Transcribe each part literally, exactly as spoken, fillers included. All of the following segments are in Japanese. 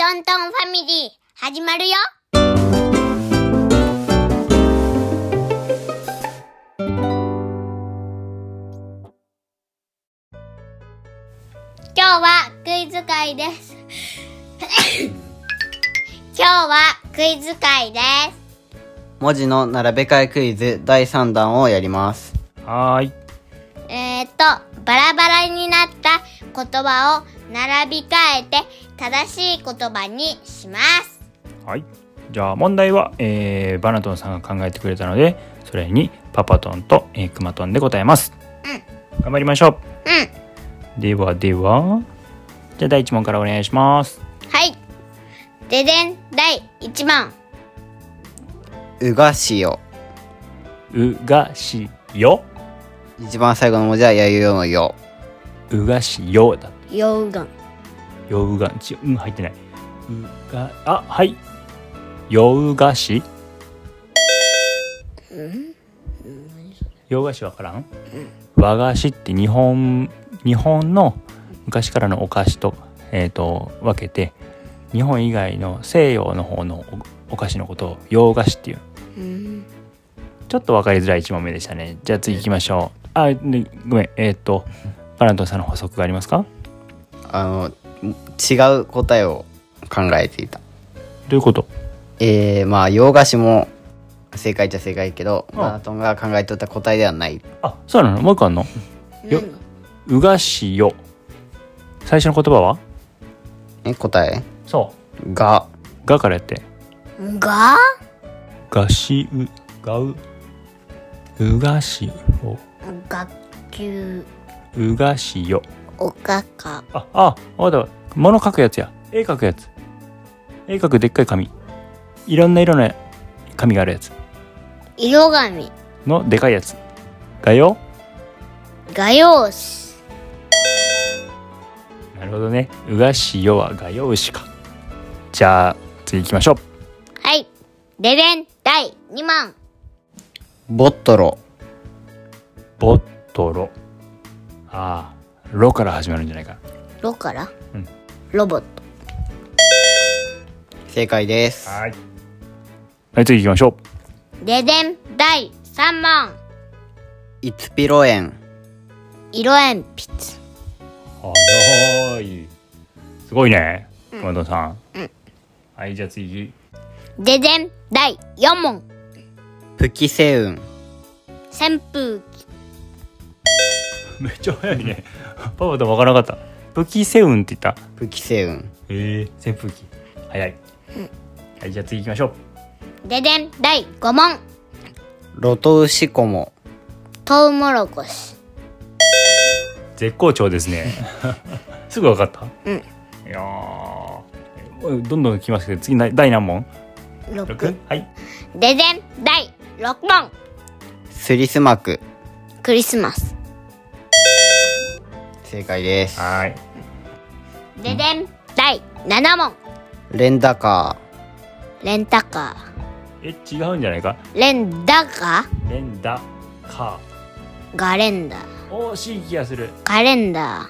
トントンファミリー始まるよ。今日はクイズ会です今日はクイズ会です。 文字の並べ替えクイズだいさんだんをやります。 はーい。 えーとバラバラになった言葉を並び替えて正しい言葉にします。 はい。じゃあ問題は、えー、バナトンさんが考えてくれたので、それにパパトンと、えー、クマトンで答えます。うん。頑張りましょう。うん。 ではでは、じゃあだいいち問からお願いします。 はい。ででん、だいいち問。 うがしよ。 うがしよ。 一番最後の文字はやゆよのよ。 うがしよだ。 ようがん。 ようがん。ち、うん入ってない。うが、あ、はい。ようがし。 うん。 洋菓子わからん？和菓子って日本日本の昔からのお菓子と、えー、と分けて、日本以外の西洋の方の お, お菓子のことを洋菓子っていう。 うん、 ちょっと分かりづらいいち問目でしたね。じゃあ次行きましょう。あ、ね、ごめん。えっ、ー、とバナトンさんの補足がありますか？ あの違う答えを考えていた。 どういうこと？ えー、まあ洋菓子も正解っちゃ正解けど、 うん、 バナトンが考えとった答えではない。 あ、そうなの？もう一個あんの？よ、うがしよ。最初の言葉は？ え、答え？ そうが。 がからやって。 が？ がしう、がう。うがしよ。 学級。 うがしよ。 おかか。 あ、あ、わかった。物書くやつや。絵描くやつ。絵描くでっかい紙。いろんな色の紙があるやつ。 色紙。 のでかいやつ。がよ。 画用紙。 なるほどね。うがしよは画用紙か。じゃあ次行きましょう。 はい。ででん、だいに問。 ボットロ。 ボットロ。ああ、ロから始まるんじゃないか。 ロから、 うん、 ロボット。 正解です。 はい。はい、次行きましょう。ででん、だいさん問。 いつぴろえん。 色鉛筆。 早い。すごいね、マドさん。 うん。 はい、じゃあ次。 ででん、だいよん問。 プキセウン。 扇風機。 めっちゃ早いね。パパと分からなかった。プキセウンって言った？ プキセウン。 へえ、扇風機。早い。うん。はい、じゃあ次行きましょう。ででん、だいご問。 ロトウシコモ。 トウモロコシ。 絶好調ですね。すぐ分かった。 うん。 いやー、どんどん来ますけど、次第何問？ ろく。 ろく？はい。 ででん、だいろく問。 スリスマク。 クリスマス。 正解です。 はい。 ででん、だいなな問。 レンダカー。レンタカー。え、違うんじゃないか？ レンダカー。レンダカー。ガレンダー。 惜しい気がする。 カレンダー。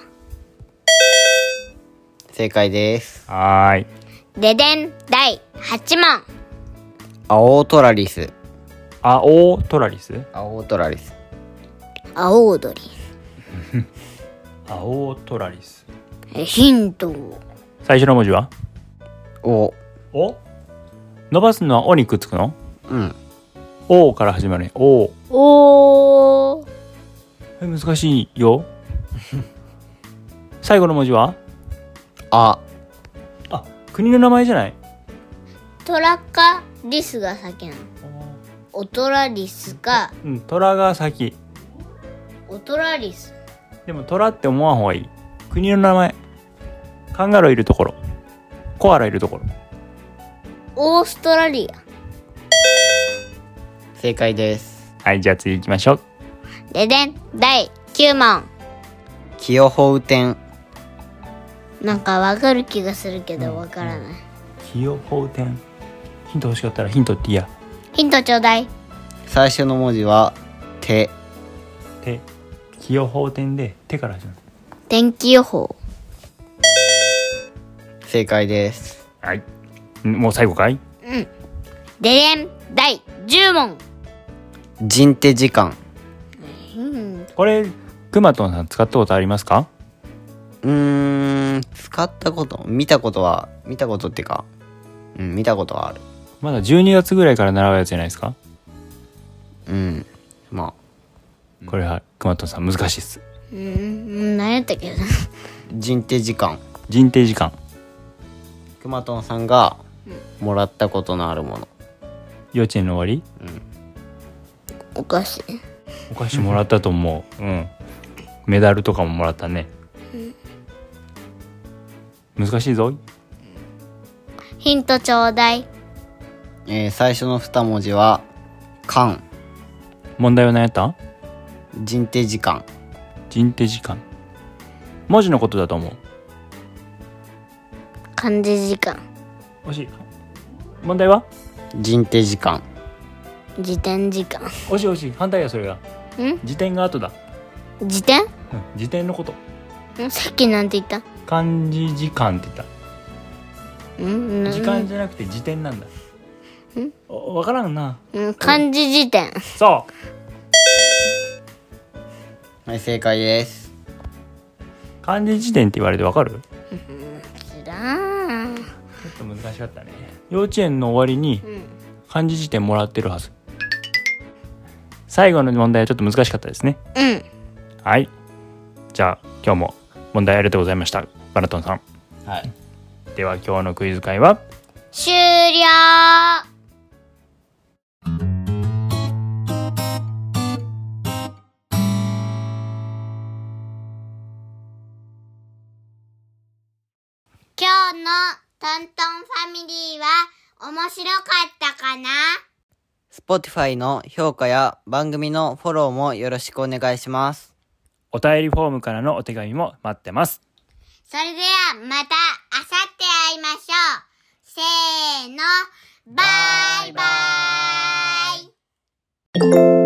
正解です。 はーい。 ででん、だいはち問。 アオートラリス。 アオートラリス？ アオートラリス。 青踊り。 アオートラリス。 ヒント。 最初の文字は？ お。 お？伸ばすのはおにくっつくの？ うん。 おから始まるね。お。 おー。 え、難しいよ。最後の文字は？ あ。 あ、国の名前じゃない？ トラかリスが先なの。オトラリスか。 うん、トラが先。 オトラリス。 でもトラって思わん方がいい。国の名前。カンガルーいるところ。コアラいるところ。 オーストラリア。 正解です。 はい、じゃあ次行きましょう。 ででん、だいきゅう問。 キヨホウテン。 なんかわかる気がするけどわからない。 キヨホウテン。ヒント欲しかったらヒントっていいや。 ヒントちょうだい。 最初の文字は手。 手。キヨホウテンで手から始まる。 天気予報。 正解です。 はい。んもう最後かい？ うん。でれん、だいじゅう問。 人手時間。 うん。 これくまとんさん使ったことありますか？ うーん、使ったこと見たことは見たことっていうか、うん見たことはある。 まだじゅうにがつぐらいから習うやつじゃないですか？ うんまこれはくまとんさん難しいっす。 うん、何やったっけな。 あ人手時間。 人定時間。 くまとんさんがもらったことのあるもの。 幼稚園の終わり？ お菓子。 お菓子もらったと思う。うんメダルとかももらったね。難しいぞ。 ヒントちょうだい。 えー、最初の二文字は間。 問題は何やった？ 人手時間。 人定時間。文字のことだと思う。 漢字時間。 惜しい。問題は？ 人手時間。 時点時間。 惜しい惜しい。反対やそれが。 ん？ 時点が後だ。 時点？ うん時点のこと。 んさっきなんて言った？ 漢字時間って言っんた。時間じゃなくて時点なんだ。 んおわからんな。 うん漢字時点。 そう。 はい正解です。 漢字時点って言われてわかる？ 知らん。 ちょっと難しかったね。幼稚園の終わりにうん。 漢字辞典もらってるはず。最後の問題はちょっと難しかったですね。 うん。 はい。じゃあ今日も問題ありがとうございました。バナトンさん。 はい。 では今日のクイズ会は終了。今日のトントンファミリーは面白かったかな？ Spotify の評価や番組のフォローもよろしくお願いします。 お便りフォームからのお手紙も待ってます。 それではまたあさって会いましょう。せーの、バイバイ。